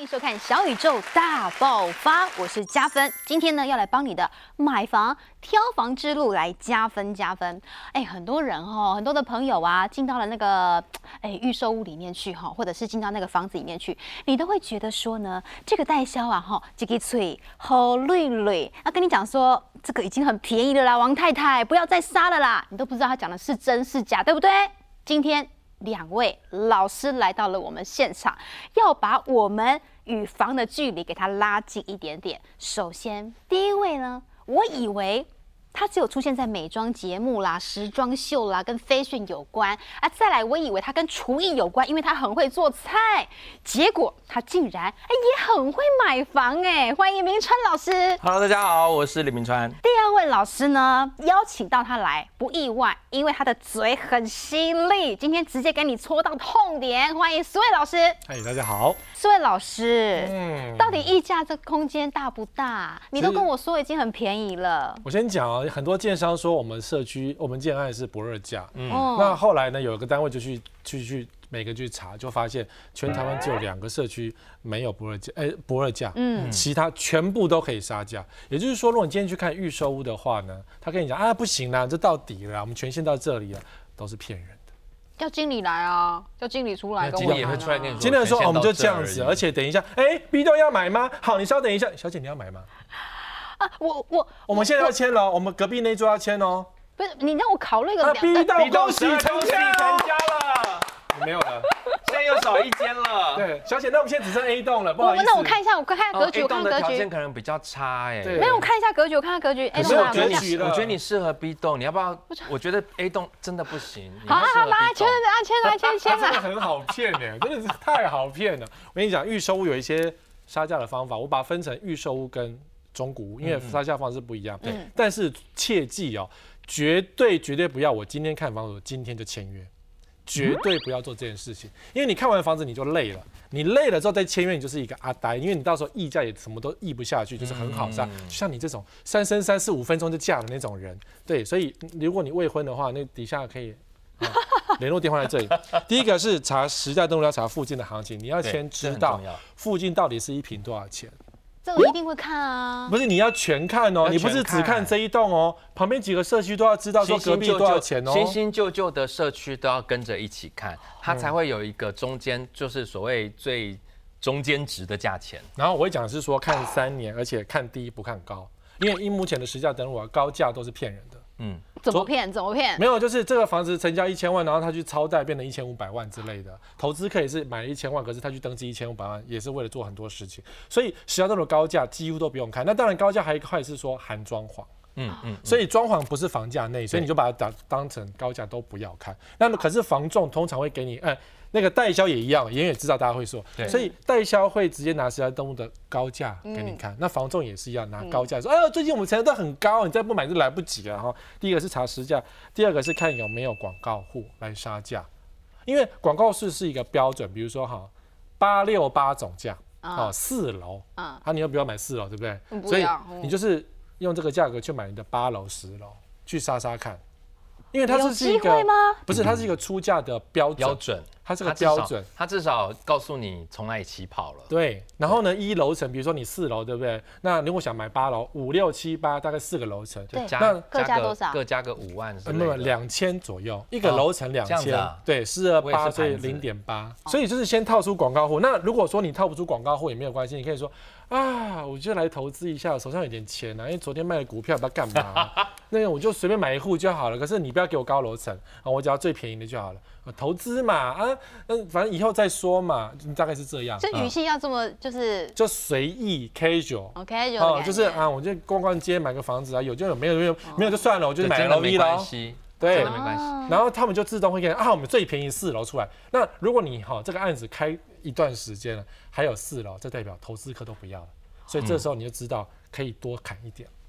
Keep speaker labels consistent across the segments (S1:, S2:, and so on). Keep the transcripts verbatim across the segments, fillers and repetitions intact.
S1: 迎收看小宇宙大爆发，我是嘉芬。今天呢，要来帮你的买房、挑房之路来加分加分。哎，很多人哈、哦，很多的朋友啊，进到了那个哎预售屋里面去哈，或者是进到那个房子里面去，你都会觉得说呢，这个代销啊哈，这个脆好累累，啊跟你讲说这个已经很便宜了啦，王太太不要再杀了啦，你都不知道他讲的是真是假，对不对？今天两位老师来到了我们现场，要把我们与房的距离给它拉近一点点。首先，第一位呢，我以为他只有出现在美妆节目啦、时装秀啦，跟 fashion 有关啊。再来，我以为他跟厨艺有关，因为他很会做菜。结果他竟然哎也很会买房哎！欢迎明川老师。
S2: Hello， 大家好，我是李明川。
S1: 第二位老师呢，邀请到他来不意外，因为他的嘴很犀利，今天直接给你戳到痛点。欢迎苏卫老师。
S3: 嗨，大家好。
S1: 苏卫老师，嗯，到底溢价这空间大不大？你都跟我说已经很便宜了。
S3: 我先讲啊，很多建商说我们社区我们建案是不二价，嗯，那后来呢，有一个单位就去去去每个去查，就发现全台湾只有两个社区没有不二价，哎、欸，不二价，嗯，其他全部都可以杀价。也就是说，如果你今天去看预售屋的话呢，他跟你讲啊，不行啦，这到底了，我们权限到这里了，都是骗人的。
S1: 叫经理来啊，叫经理出来跟我
S2: 讲、啊。经理也会出来跟你说。
S3: 经理说、哦、我们就这样子，而且等一下，哎、欸、，B 栋要买吗？好，你稍等一下，小姐你要买吗？
S1: 啊，我我
S3: 我们现在要签了，我们隔壁那一桌要签哦。
S1: 不是，你让我考虑个两。
S3: B 栋恭喜成
S2: 功，成家了。没有了，现在又少一间了。
S3: 对，小姐，那我们现在只剩 A 栋了，不好意思。
S1: 那我看一下，我看看格局，我看格局。
S2: A 栋的条件可能比较差哎。
S1: 没有，我看一下格局，我看看格局。
S2: 可是我觉得你，我觉得你适合 B 栋，你要不要？我觉得 A 栋真的不行。
S1: 好好，来签来签来签签
S3: 来。真的很好骗哎，真的是太好骗了。我跟你讲，预售屋有一些杀价的方法，我把它分成预售屋跟中古屋，因为杀价方式不一样。对，但是切记哦，绝对绝对不要，我今天看房子，我今天就签约。绝对不要做这件事情，因为你看完房子你就累了，你累了之后再签约，你就是一个阿呆，因为你到时候议价也什么都议不下去，就是很好杀。就像你这种三生三世五分钟就嫁的那种人，对，所以如果你未婚的话，那底下可以联络电话在这里。第一个是查实价登录，要查附近的行情，你要先知道附近到底是一坪多少钱。
S1: 这我一定会看啊！
S3: 不是你要全看哦，你不是只看这一栋哦，旁边几个社区都要知道说隔壁多少钱哦。
S2: 新新旧旧的社区都要跟着一起看，它才会有一个中间，就是所谓最中间值的价钱。
S3: 然后我会讲的是说看三年，而且看低不看高，因为以目前的实价登录啊，高价都是骗人的。
S1: 嗯，怎么骗？怎么骗？
S3: 没有，就是这个房子成交一千万，然后他去超贷变成一千五百万之类的。投资可以是买了一千万，可是他去登记一千五百万，也是为了做很多事情。所以实价登录高价几乎都不用看。那当然高价还有一块是说含装潢。嗯嗯，所以装潢不是房价内，所以你就把它当当成高价都不要看。那么可是房仲通常会给你，哎，那个代销也一样，也也知道大家会说，所以代销会直接拿实价登录的高价给你看。嗯、那房仲也是一样拿高价说，哎呦，最近我们成交都很高，你再不买就来不及了哈。第一个是查实价，第二个是看有没有广告户来杀价，因为广告室是一个标准，比如说哈八六八总价，哦四楼，啊你又不要买四楼，对不对？
S1: 嗯、
S3: 所以你就是。用这个价格去买你的八楼、十楼，去杀杀看，因为它是一个不是，它是一个出价的标准，
S2: 标准，
S3: 它是个标准，
S2: 它至少告诉你从哪里起跑了。
S3: 对，然后呢，一楼层，比如说你四楼，对不对？那如果想买八楼，五六七八，大概四个楼层，
S1: 对，那各加多少？
S2: 各加个五万，
S3: 没有两千左右，一个楼层两千，对，四二八所以零点八，所以就是先套出广告户。那如果说你套不出广告户也没有关系，你可以说。啊，我就来投资一下，手上有点钱啊，因为昨天卖的股票不知道干嘛，那个我就随便买一户就好了。可是你不要给我高楼层啊，我只要最便宜的就好了。投资嘛，啊，嗯，反正以后再说嘛，大概是这样。
S1: 这语气要这么就是
S3: 就随意 casual，casual，
S1: 哦，
S3: 就是啊，我就逛逛街买个房子啊，有就有，没有没有没有就算了，我就买 L V 了。
S2: 对，没关系。
S3: 然后他们就自动会给啊，我们最便宜四楼出来。那如果你哈这个案子开一段时间了，还有四楼，这代表投资客都不要了，所以这时候你就知道可以多砍一点。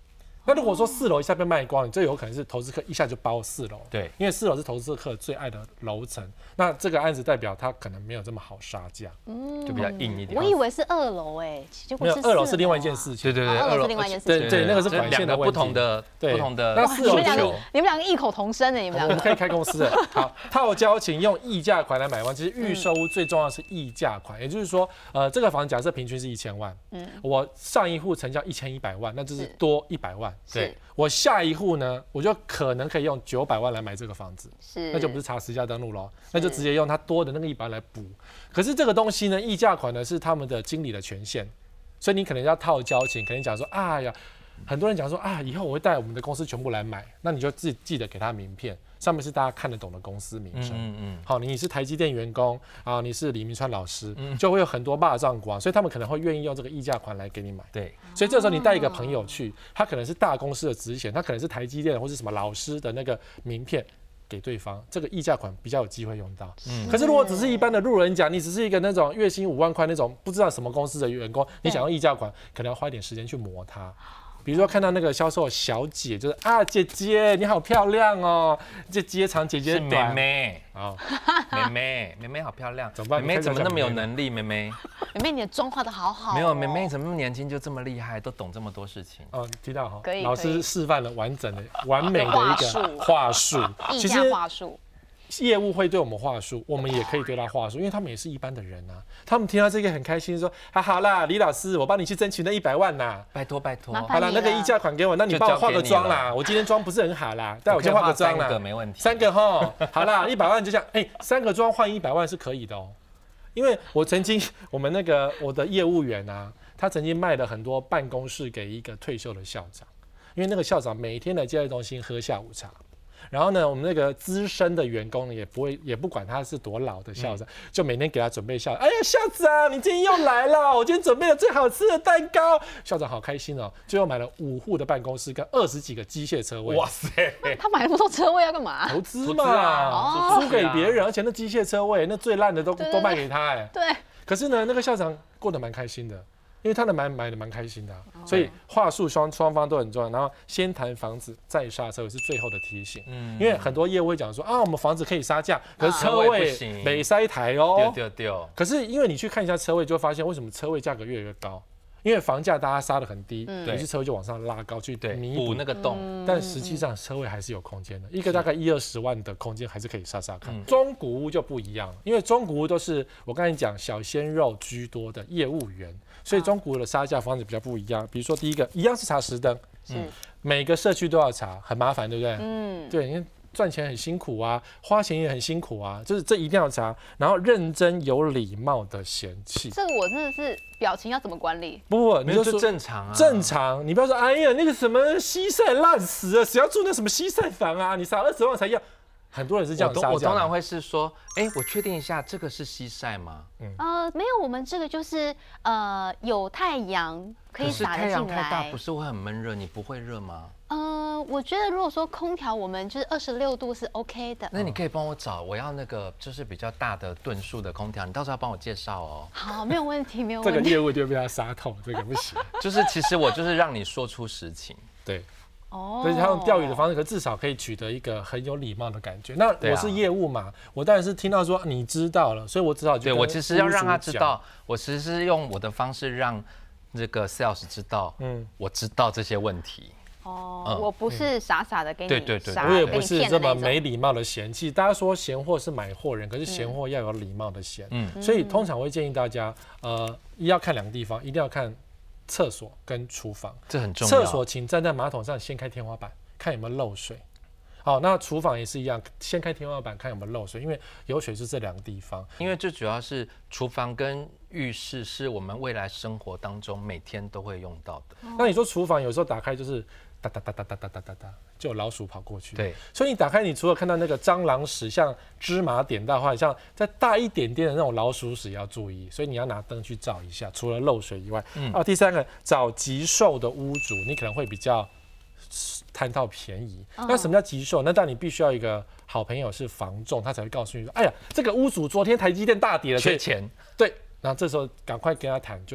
S3: 那如果说四楼一下被卖光，你这有可能是投资客一下就包四楼，
S2: 对，
S3: 因为四楼是投资客最爱的楼层，那这个案子代表它可能没有这么好杀价，
S2: 就比较硬一点。
S1: 我以为是二楼哎，结果是
S3: 二楼是另外一件事情，
S2: 对对对，
S1: 二楼是另外一件事情，
S3: 对对，那个是管线的问题，
S2: 不同的不同的。
S3: 那四楼
S1: 就你们两个异口同声的，你们两个
S3: 我们可以开公司的。好，套交情用溢价款来买房，其实预售屋最重要的是溢价款，也就是说，呃，这个房假设平均是一千万，嗯，我上一户成交一千一百万，那就是多一百万，对。我下一户呢，我就可能可以用九百万来买这个房子，
S1: 是，
S3: 那就不是查实价登录咯，那就直接用它多的那个一百万来补。可是这个东西呢，溢价款呢是他们的经理的权限，所以你可能要套交情，可能讲说，哎呀，很多人讲说啊，以后我会带我们的公司全部来买，那你就自己记得给他名片，上面是大家看得懂的公司名称。嗯嗯。好，你是台积电员工啊，你是李明川老师，嗯、就会有很多霸占股啊，所以他们可能会愿意用这个溢价款来给你买。
S2: 对。
S3: 所以这时候你带一个朋友去，他可能是大公司的职衔，他可能是台积电或是什么老师的那个名片给对方，这个溢价款比较有机会用到。嗯。可是如果只是一般的路人甲，你只是一个那种月薪五万块那种不知道什么公司的员工，你想要溢价款，可能要花一点时间去磨它。比如说看到那个销售小姐，就是啊，姐姐你好漂亮哦，姐姐长姐姐短，
S2: 是妹妹啊，妹妹妹妹好漂亮，
S3: 怎么办？
S2: 妹妹怎么那么有能力？妹妹，
S1: 妹妹你的妆化的好好、哦，
S2: 没有，妹妹怎么那么年轻就这么厉害，都懂这么多事情？
S3: 哦，听到哈，
S1: 可以，
S3: 老师示范了完整的、完美的一个话术，
S1: 溢价话术。
S3: 业务会对我们话术，我们也可以对他话术，因为他们也是一般的人啊。他们听到这个很开心，说：“啊，好啦，李老师，我帮你去争取那一百万啦，
S2: 拜托拜托。
S3: 好啦，那个溢价款给我，那你帮我化个妆啦。我今天妆不是很好啦，带我去化个妆啦。
S2: 三个没问题，
S3: 三个哈，好啦，一百万就这样。哎、欸，三个妆换一百万是可以的哦。因为我曾经我们那个我的业务员啊，他曾经卖了很多办公室给一个退休的校长，因为那个校长每天来接待中心喝下午茶。然后呢，我们那个资深的员工也不会，也不管他是多老的校长，嗯、就每天给他准备校。哎呀，校长，你今天又来了，我今天准备了最好吃的蛋糕。校长好开心哦，最后买了五户的办公室跟二十几个机械车位。
S2: 哇塞，
S1: 他买那么多车位要干嘛？
S3: 投资嘛，租、啊、给别人，而且那机械车位那最烂的都对对对都卖给他哎。
S1: 对。
S3: 可是呢，那个校长过得蛮开心的。因为他的买买的蛮开心的、啊，所以话术双双方都很重要。然后先谈房子，再刹车是最后的提醒。嗯，因为很多业务会讲说啊，我们房子可以杀价，可是车位没塞台哦。
S2: 对对对。
S3: 可是因为你去看一下车位，就会发现为什么车位价格越来越高？因为房价大家杀得很低，于、嗯、是车位就往上拉高去弥补
S2: 那个洞。
S3: 但实际上车位还是有空间的，一个大概一二十万的空间还是可以杀杀看。嗯、中古屋就不一样了，因为中古屋都是我刚才讲小鲜肉居多的业务员。所以中古的杀价方式比较不一样，比如说第一个一样是查实登，嗯，每个社区都要查，很麻烦，对不对？嗯，对，因为赚钱很辛苦啊，花钱也很辛苦啊，就是这一定要查，然后认真有礼貌的嫌弃。
S1: 这个我真的是表情要怎么管理？
S3: 不不，你就说
S2: 正常啊，
S3: 正常，你不要说哎呀那个什么西晒烂死了，谁要住那什么西晒房啊？你撒二十万才要。很多人是这样杀价的。
S2: 我通常会是说，哎、欸，我确定一下，这个是西晒吗？
S1: 嗯，呃，没有，我们这个就是呃有太阳可以洒得进来。可是太阳太大，
S2: 不是会很闷热？你不会热吗？
S1: 呃，我觉得如果说空调，我们就是二十六度是 OK 的。
S2: 那你可以帮我找，我要那个就是比较大的吨数的空调，你到时候要帮我介绍哦。
S1: 好，没有问题，没有问题。
S3: 这个业务就被他杀透，这个不行。
S2: 就是其实我就是让你说出实情，
S3: 对。哦，所以他用钓鱼的方式，可至少可以取得一个很有礼貌的感觉。那我是业务嘛，啊、我当然是听到说你知道了，所以我只好就
S2: 对我其实要让他知道，我其实是用我的方式让这个 sales 知道，嗯，我知道这些问题。
S1: 哦，嗯、我不是傻傻的给你，
S2: 对对对，
S3: 我也不是这么没礼貌的嫌弃。大家说闲货是买货人，可是闲货要有礼貌的闲。嗯，所以通常我会建议大家，呃，要看两个地方，一定要看。厕所跟厨房，
S2: 这很重要。
S3: 厕所请站在马桶上，掀开天花板，看有没有漏水。好，那厨房也是一样，掀开天花板看有没有漏水，因为有水是这两个地方。
S2: 因为最主要是厨房跟浴室是我们未来生活当中每天都会用到的。
S3: 哦、那你说厨房有时候打开就是哒哒哒哒哒哒哒哒哒，就有老鼠跑过去。
S2: 对，
S3: 所以你打开，你除了看到那个蟑螂屎，像芝麻点大话，像再大一点点的那种老鼠屎要注意，所以你要拿灯去照一下。除了漏水以外，嗯、啊，第三个找极瘦的屋主，你可能会比较贪到便宜。哦、那什么叫极瘦？那当然你必须要一个好朋友是房仲，他才会告诉你说，哎呀，这个屋主昨天台积电大跌了，
S2: 缺钱。
S3: 对，然后这时候赶快跟他谈就。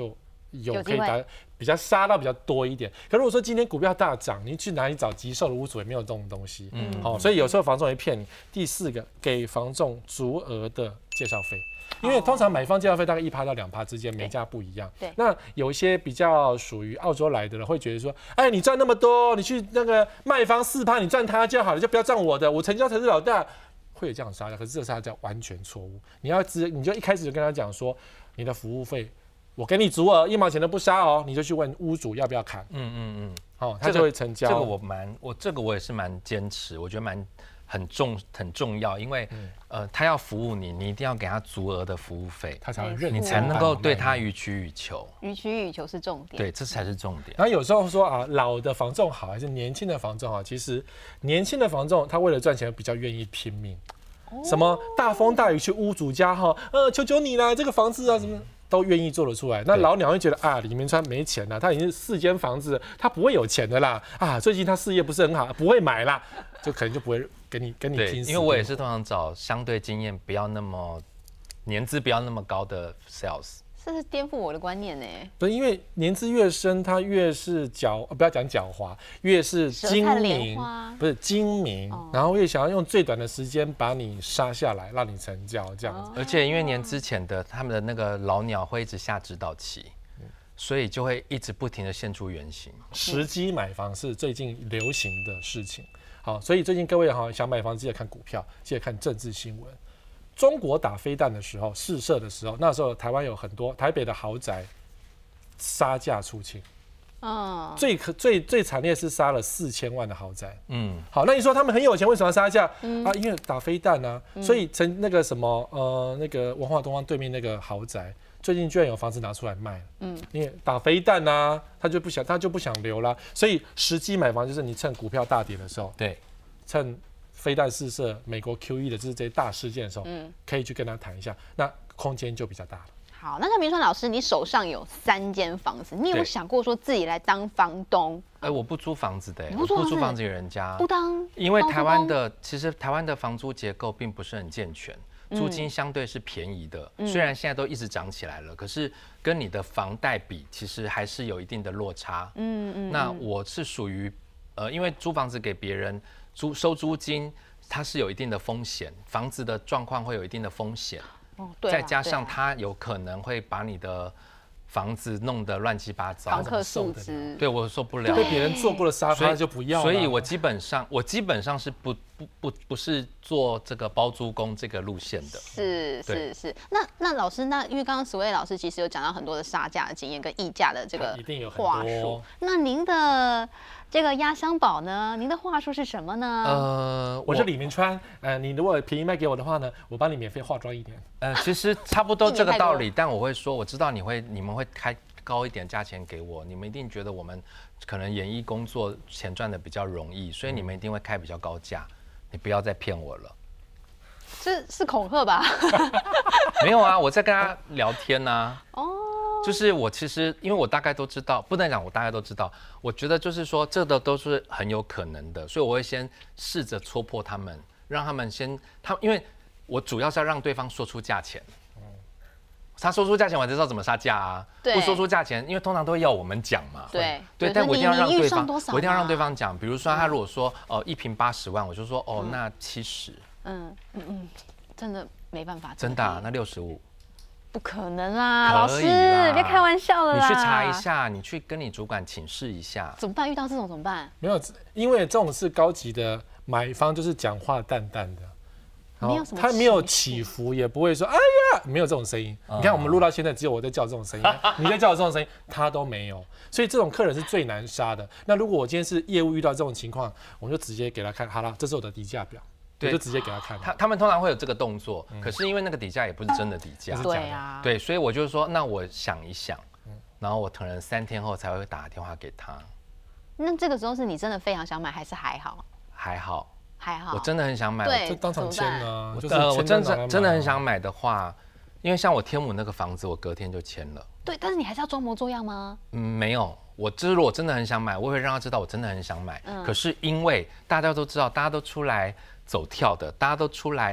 S3: 有可以达比较杀到比较多一点。可如果说今天股票大涨，你去哪里找急售的屋主也没有这种东西。嗯，好、哦，所以有时候房仲会骗你。第四个，给房仲足额的介绍费。因为通常买方介绍费大概一趴到两趴之间，每家不一样。对，那有一些比较属于澳洲来的人会觉得说，哎，你赚那么多，你去那个卖方四趴，你赚他就好了，就不要赚我的，我成交才是老大。会有这样杀价，可是这个杀价完全错误。你要知，你就一开始就跟他讲说，你的服务费我给你足额，一毛钱都不杀哦，你就去问屋主要不要砍。嗯嗯嗯，好、哦，他就会成交。
S2: 这个我蛮，我这个我也是蛮坚持，我觉得蛮。很重很重要，因为、嗯、呃，他要服务你，你一定要给他足额的服务费，
S3: 他才会认，
S2: 你才能够对他予取予求。
S1: 予取予求是重点，
S2: 对，这才是重点。
S3: 然后有时候说啊，老的房仲好还是年轻的房仲好？其实年轻的房仲他为了赚钱比较愿意拼命，哦、什么大风大雨去屋主家哈，呃，求求你啦，这个房子啊什么。都愿意做得出来，那老鸟会觉得啊，李明川没钱了，他已经是四间房子，他不会有钱的啦。啊，最近他事业不是很好，不会买啦，就可能就不会跟你跟你拼死。
S2: 因为我也是通常找相对经验不要那么年资不要那么高的 sales。
S1: 这是颠覆我的观念呢。
S3: 不是因为年资越深，他越是狡，不要讲狡猾，越是精明，不是精明，哦、然后越想要用最短的时间把你杀下来，让你成交这样子。
S2: 而且因为年之前的他们的那个老鸟会一直下指导棋，嗯、所以就会一直不停的现出原形。
S3: 时机买房是最近流行的事情，好，所以最近各位哈想买房记得看股票，记得看政治新闻。中国打飞弹的时候，试射的时候，那时候台湾有很多台北的豪宅杀价出清，嗯，最可最最惨烈是杀了四千万的豪宅，嗯，好，那你说他们很有钱，为什么要杀价？嗯、啊，因为打飞弹啊，嗯、所以成那个什么呃那个文化东方对面那个豪宅，最近居然有房子拿出来卖，嗯，因为打飞弹啊，他就不想他就不想留啦，所以时机买房就是你趁股票大跌的时候，
S2: 对，
S3: 趁。飞弹试射、美国 Q E 的就是这些大事件的时候，嗯，可以去跟他谈一下，那空间就比较大了。
S1: 好，那像明川老师，你手上有三间房子，你有想过说自己来当房东？
S2: 哎、欸，我不租房子的、欸，我不租房子给人家，
S1: 不当，
S2: 因为台湾的其实台湾的房租结构并不是很健全，租金相对是便宜的，嗯、虽然现在都一直涨起来了，可是跟你的房贷比，其实还是有一定的落差。嗯嗯，那我是属于呃，因为租房子给别人。租收租金，它是有一定的风险，房子的状况会有一定的风险，哦、再加上它有可能会把你的房子弄得乱七八糟，
S1: 房客素质，
S2: 对我受不了，
S3: 被别人做过的沙发就不要了。
S2: 所以我基本上，我基本上是不不不不是做这个包租公这个路线的。
S1: 是是是，那那老师，那因为刚刚Sway老师其实有讲到很多的杀价的经验跟议价的这个话术，那您的。这个压箱宝呢？您的话术是什么呢？
S3: 呃，我是李明川。呃，你如果便宜卖给我的话呢，我帮你免费化妆一年。
S2: 呃，其实差不多这个道理，但我会说，我知道你会，你们会开高一点价钱给我，你们一定觉得我们可能演艺工作钱赚的比较容易，所以你们一定会开比较高价。你不要再骗我了。
S1: 这是恐吓吧？
S2: 没有啊，我在跟他聊天啊。哦。就是我其实，因为我大概都知道，不能讲我大概都知道，我觉得就是说，这的都是很有可能的，所以我会先试着戳破他们，让他们先，他因为我主要是要让对方说出价钱，他说出价钱，我才知道怎么杀价啊。不说出价钱，因为通常都会要我们讲嘛。
S1: 对
S2: 对，但我一定要让对方，我一定要让对方讲。比如说他如果说哦一坪八十万，我就说哦那七十。嗯
S1: 嗯嗯，真的没办法。
S2: 真的啊，那六十五。
S1: 不可能啦，老师，别开玩笑了啦！
S2: 你去查一下，你去跟你主管请示一下。
S1: 怎么办？遇到这种怎么办？
S3: 没有，因为这种是高级的买方，就是讲话淡淡的，
S1: 没有什么，
S3: 他没有起伏，也不会说哎呀，没有这种声音。嗯、你看我们录到现在，只有我在叫这种声音，你在叫这种声音，他都没有。所以这种客人是最难杀的。那如果我今天是业务遇到这种情况，我就直接给他看，好了，这是我的底价表。我就直接给他看。
S2: 他他们通常会有这个动作，嗯、可是因为那个底价也不是真的底价，
S1: 对啊，
S2: 对，所以我就说，那我想一想，嗯、然后我可能三天后才会打电话给他。
S1: 那这个时候是你真的非常想买，还是还好？
S2: 还好，
S1: 还好。
S2: 我真的很想买，
S1: 对，
S3: 就当场签啊。
S2: 呃，我真的真的很想买的话，因为像我天母那个房子，我隔天就签了。
S1: 对，但是你还是要装模作样吗？
S2: 嗯，没有。我就是如果真的很想买，我会让他知道我真的很想买。嗯、可是因为大家都知道，大家都出来走跳的，大家都出来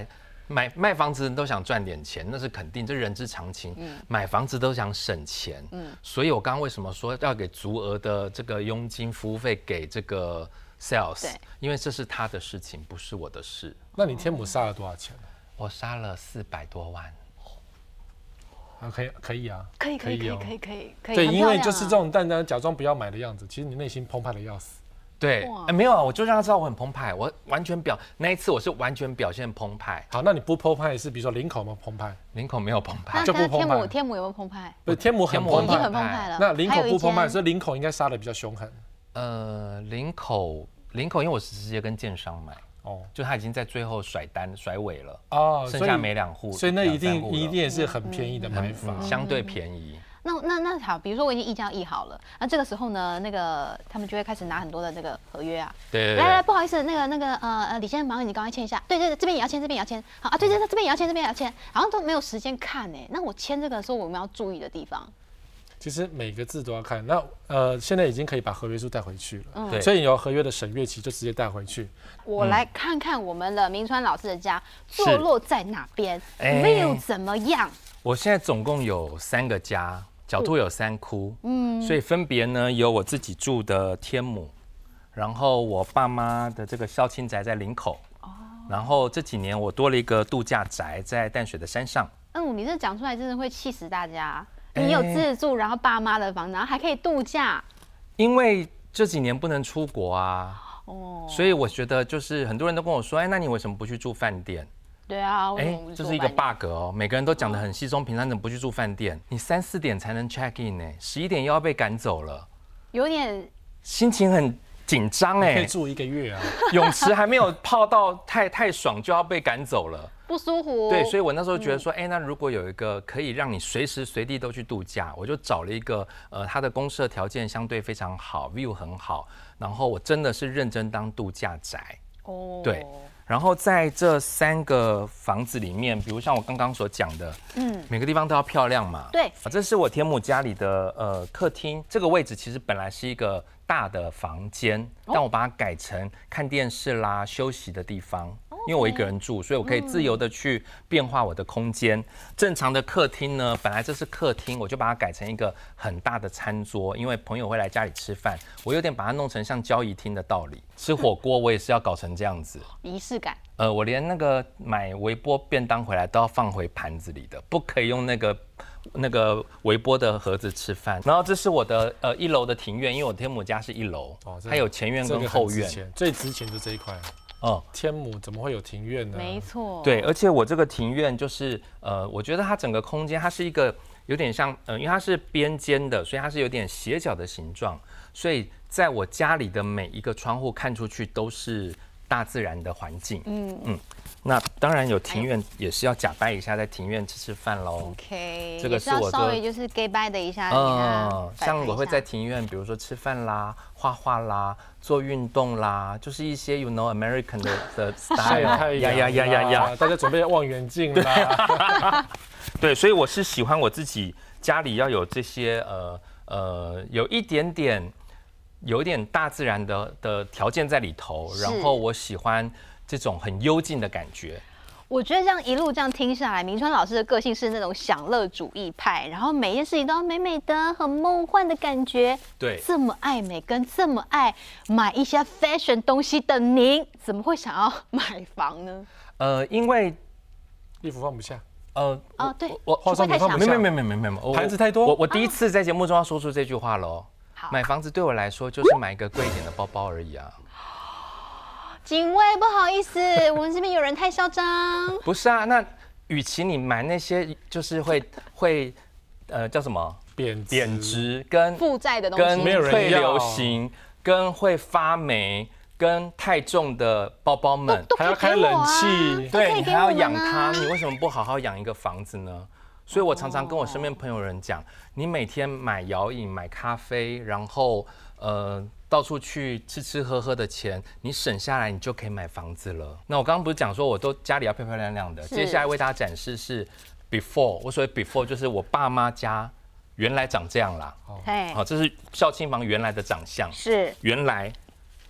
S2: 买卖房子都想赚点钱，那是肯定，这人之常情。嗯、买房子都想省钱，嗯，所以我刚刚为什么说要给足额的这个佣金、服务费给这个 sales？ 因为这是他的事情，不是我的事。
S3: 那你天母杀了多少钱？
S2: 我杀了四百多万。
S3: 啊，可以，可以啊，
S1: 可以，可以，可以，可以，可以，可以。
S3: 对，因为就是这种淡淡假装不要买的样子，其实你内心澎湃的要死。
S2: 对，欸、没有啊，我就让他知道我很澎湃，我完全表那一次我是完全表现澎湃。
S3: 好，那你不澎湃是比如说林口有没有澎湃？
S2: 林口没有澎湃，
S3: 就不澎湃。
S1: 天母天母有没有澎湃？
S3: 对，天母很澎湃，
S1: 已经很澎湃了。
S3: 那林口不澎湃，所以林口应该杀的比较凶狠。
S2: 呃，林口林口，因为我是直接跟建商买。哦，就他已经在最后甩单甩尾了哦，剩下没两户，
S3: 所以那一定一定也是很便宜的买法，
S2: 嗯、相对便宜。
S1: 那那那好，比如说我已经一加一好了，那这个时候呢，那个他们就会开始拿很多的那个合约啊。
S2: 对对
S1: 对。来来，不好意思，那个那个呃呃，李先生，麻烦你赶快签一下。对对对，这边也要签，这边也要签。好啊，对对对，这边也要签，这边也要签，好像都没有时间看哎。那我签这个的时候，我们要注意的地方。
S3: 其实每个字都要看。那呃，现在已经可以把合约书带回去了，
S2: 嗯、
S3: 所以有合约的审阅期就直接带回去。
S1: 我来看看我们的明川老师的家坐落在哪边 ，view 怎么样？
S2: 我现在总共有三个家，角度有三窟，嗯，所以分别呢有我自己住的天母，然后我爸妈的这个孝亲宅在林口，哦，然后这几年我多了一个度假宅在淡水的山上。
S1: 嗯，你这讲出来真的会气死大家。你有自住，然后爸妈的房，然后还可以度假。
S2: 因为这几年不能出国啊，哦，所以我觉得就是很多人都跟我说，哎，那你为什么不去住饭店？
S1: 对啊，哎，
S2: 这是一个 bug 哦，每个人都讲得很稀松平常，怎么不去住饭店？你三四点才能 check in 呢，十一点又要被赶走了，
S1: 有点
S2: 心情很紧张哎。
S3: 可以住一个月啊，
S2: 泳池还没有泡到太太爽，就要被赶走了。
S1: 不舒服。
S2: 对，所以我那时候觉得说，哎、嗯欸，那如果有一个可以让你随时随地都去度假，我就找了一个，呃，它的公设条件相对非常好 ，view 很好，然后我真的是认真当度假宅。哦。对。然后在这三个房子里面，比如像我刚刚所讲的，嗯，每个地方都要漂亮嘛。
S1: 对。
S2: 啊，这是我天母家里的呃客厅，这个位置其实本来是一个大的房间，但我把它改成看电视啦、休息的地方。因为我一个人住，所以我可以自由的去变化我的空间。正常的客厅呢，本来这是客厅，我就把它改成一个很大的餐桌，因为朋友会来家里吃饭，我有点把它弄成像交谊厅的道理。吃火锅我也是要搞成这样子，
S1: 仪式感。
S2: 呃，我连那个买微波便当回来都要放回盘子里的，不可以用那个那个微波的盒子吃饭。然后这是我的呃一楼的庭院，因为我天母家是一楼，哦，它有前院跟后院，
S3: 这个、最值钱就这一块。哦，天母怎么会有庭院呢？
S1: 没错，
S2: 对，而且我这个庭院就是呃，我觉得它整个空间它是一个有点像，呃，因为它是边间的，所以它是有点斜角的形状，所以在我家里的每一个窗户看出去都是大自然的环境。嗯嗯，那当然有庭院也是要假扮一下，在庭院吃吃饭喽。
S1: OK，
S2: 这个是我的
S1: 稍微就是 gay bye 的一下，
S2: 嗯，像我会在庭院，比如说吃饭啦、画画啦、做运动啦，就是一些 you know American 的的 style，
S3: 呀呀呀呀呀，大家准备望远镜啦。
S2: 对，所以我是喜欢我自己家里要有这些呃呃有一点点有一点大自然的的条件在里头，然后我喜欢这种很幽静的感觉。
S1: 我觉得这样一路这样听下来，明川老师的个性是那种享乐主义派，然后每件事情都要美美的、很梦幻的感觉。
S2: 对，
S1: 这么爱美跟这么爱买一些 fashion 东西的您，怎么会想要买房呢？
S2: 呃，因为
S3: 衣服放不下。
S2: 呃，
S1: 哦，对，
S2: 我
S3: 化妆品放不下，
S2: 没没没没没没，
S3: 盘子太多。
S2: 我我第一次在节目中要说出这句话喽。买房子对我来说就是买一个贵一点的包包而已啊。
S1: 警卫，不好意思，我们这边有人太嚣张。
S2: 不是啊，那与其你买那些就是会会呃叫什么
S3: 贬
S2: 贬值跟
S1: 负债的东西，
S2: 跟会流行，跟会发霉。跟太重的包包们，
S3: 还要开冷气，
S2: 对你还要养它，你为什么不好好养一个房子呢？所以我常常跟我身边朋友人讲，你每天买摇饮、买咖啡，然后呃到处去吃吃喝喝的钱，你省下来，你就可以买房子了。那我刚刚不是讲说我都家里要漂漂亮亮的，接下来为大家展示是 before， 我所谓 before 就是我爸妈家原来长这样啦。好，这是孝亲房原来的长相，
S1: 是
S2: 原来。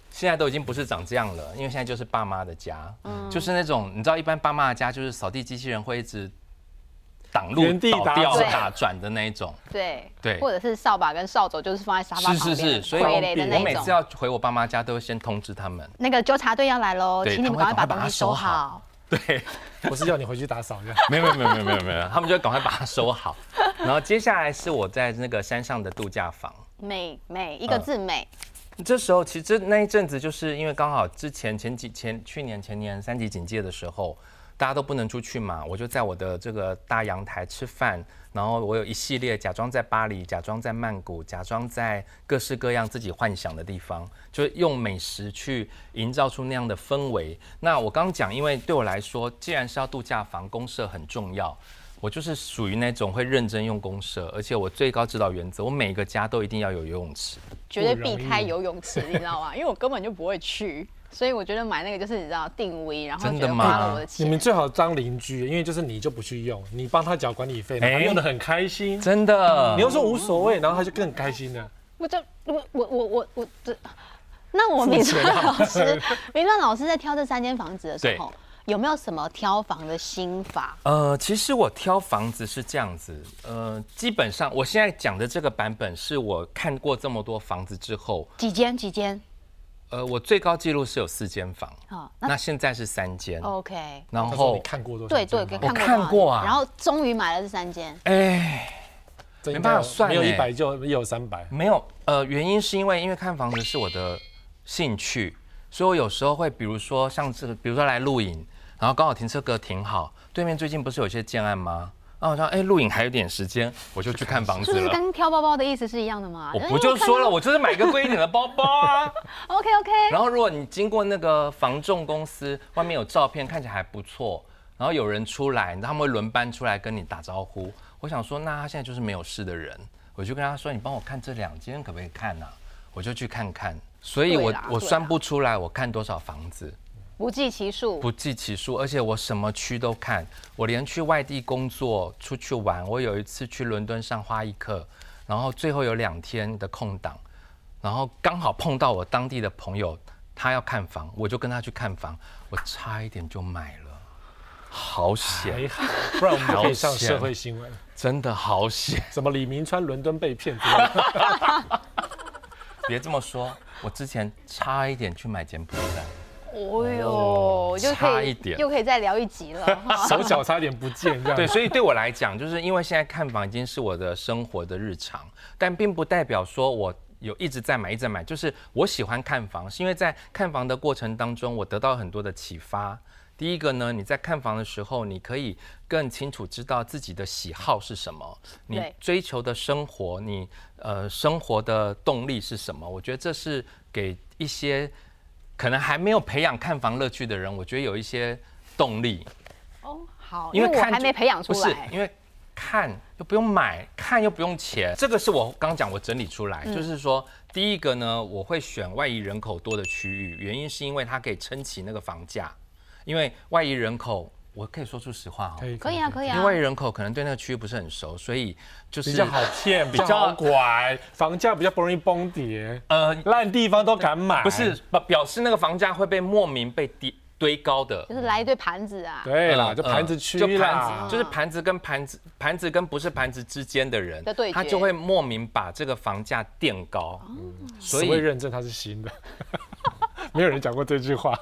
S2: 现在都已经不是长这样了，因为现在就是爸妈的家，嗯，就是那种你知道，一般爸妈的家就是扫地机器人会一直挡路、倒掉、打转的那一种，
S1: 对
S2: 对，
S1: 或者是扫把跟扫帚就是放在沙发旁边，
S2: 是是是，所以我每次要回我爸妈家都会先通知他们，
S1: 那个纠察队要来喽，请你们赶快把东西收好。
S2: 对，
S3: 不是要你回去打扫这样，
S2: 没有没有没有没有没有没有，他们就赶快把它收好。然后接下来是我在那个山上的度假房，
S1: 美美一个字美。
S2: 这时候其实那一阵子就是因为刚好之前前几前去年前年三级警戒的时候，大家都不能出去嘛，我就在我的这个大阳台吃饭，然后我有一系列假装在巴黎、假装在曼谷、假装在各式各样自己幻想的地方，就用美食去营造出那样的氛围。那我刚刚讲，因为对我来说，既然是要度假房，公设很重要。我就是属于那种会认真用公设，而且我最高指导原则，我每个家都一定要有游泳池，
S1: 绝对避开游泳池，你知道吗？因为我根本就不会去，所以我觉得买那个就是你知道定位，然后觉得花了我的钱。
S3: 你们最好当邻居，因为就是你就不去用，你帮他缴管理费，他用的很开心，
S2: 真的。
S3: 你又说无所谓，然后他就更开心了。
S1: 我就我我我我我这，那我明川老师，明川老师在挑这三间房子的时候。有没有什么挑房的心法？
S2: 呃，其实我挑房子是这样子，呃，基本上我现在讲的这个版本是我看过这么多房子之后，
S1: 几间几间？
S2: 呃，我最高纪录是有四间房，
S1: 好，
S2: 那现在是三间。
S1: OK，
S2: 然后
S3: 你看过多少？
S1: 对对，
S2: 我看过啊，
S1: 然后终于买了这三间。
S2: 哎，没办法算，
S3: 没有一百就也有三百。
S2: 没有，呃，原因是因为因为看房子是我的兴趣，所以我有时候会，比如说像这个，比如说来录影。然后刚好停车格停好，对面最近不是有一些建案吗？然后我说，哎，录影还有点时间，我就去看房子了。
S1: 就是跟挑包包的意思是一样的吗？
S2: 我不就说了，我就是买个贵一点的包包啊。
S1: OK OK。
S2: 然后如果你经过那个房仲公司，外面有照片，看起来还不错，然后有人出来，他们会轮班出来跟你打招呼。我想说，那他现在就是没有事的人，我就跟他说，你帮我看这两间可不可以看啊？我就去看看。所以我我算不出来我看多少房子。
S1: 不计其数，
S2: 不计其数，而且我什么区都看，我连去外地工作、出去玩，我有一次去伦敦上花艺课，然后最后有两天的空档，然后刚好碰到我当地的朋友，他要看房，我就跟他去看房，我差一点就买了，好险！
S3: 不然我们可以上社会新闻，
S2: 真的好险！
S3: 什么李明川伦敦被骗之类的，
S2: 别这么说，我之前差一点去买柬埔寨。
S1: 哦呦，就可以又可以再聊一集了，
S3: 手脚差点不见这样。
S2: 对，所以对我来讲，就是因为现在看房已经是我的生活的日常，但并不代表说我有一直在买，一直在买。就是我喜欢看房，是因为在看房的过程当中，我得到很多的启发。第一个呢，你在看房的时候，你可以更清楚知道自己的喜好是什么，你追求的生活，你呃生活的动力是什么。我觉得这是给一些可能还没有培养看房乐趣的人，我觉得有一些动力。
S1: 哦，好，因为我还没培养出来。
S2: 不是，因为看又不用买，看又不用钱，这个是我刚讲我整理出来，嗯、就是说，第一个呢，我会选外移人口多的区域，原因是因为它可以撑起那个房价，因为外移人口。我可以说出实话哦，
S1: 可以啊，可以啊。
S2: 因为外移人口可能对那个区域不是很熟，所以就是
S3: 比较好骗，比较好拐，房价比较不容易崩跌。呃，烂地方都敢买，
S2: 不是表示那个房价会被莫名被堆堆高的，
S1: 就是来一堆盘子啊。
S3: 对啦，就盘子区啦，
S2: 就盘子，就是盘子跟盘子，盘子跟不是盘子之间的人，他就会莫名把这个房价垫高。
S3: 所以认证它是新的，没有人讲过这句话。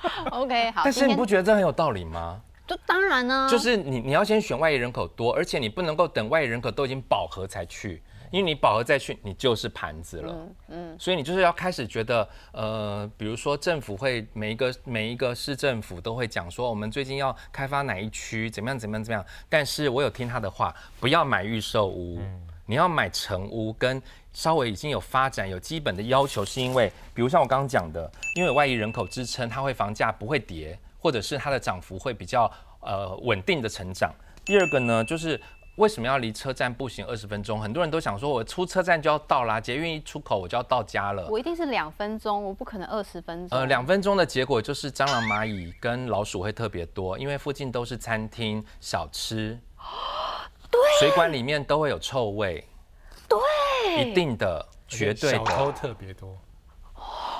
S1: OK， 好。
S2: 但是你不觉得这很有道理吗？
S1: 就当然呢，
S2: 就是你你要先选外移人口多，而且你不能够等外移人口都已经饱和才去，因为你饱和再去，你就是盘子了。嗯, 嗯所以你就是要开始觉得，呃，比如说政府会每一个每一个市政府都会讲说，我们最近要开发哪一区，怎么样怎么样怎么样。但是我有听他的话，不要买预售屋，嗯、你要买成屋跟稍微已经有发展有基本的要求，是因为比如像我刚刚讲的，因为有外移人口支撑，它会房价不会跌。或者是它的涨幅会比较呃稳定的成长。第二个呢，就是为什么要离车站步行二十分钟？很多人都想说，我出车站就要到啦，捷运一出口我就要到家了。
S1: 我一定是两分钟，我不可能二十分钟。
S2: 呃，两分钟的结果就是蟑螂、蚂蚁跟老鼠会特别多，因为附近都是餐厅、小吃，
S1: 对，
S2: 水管里面都会有臭味，
S1: 对，
S2: 一定的，绝对的。
S3: 小偷特别多。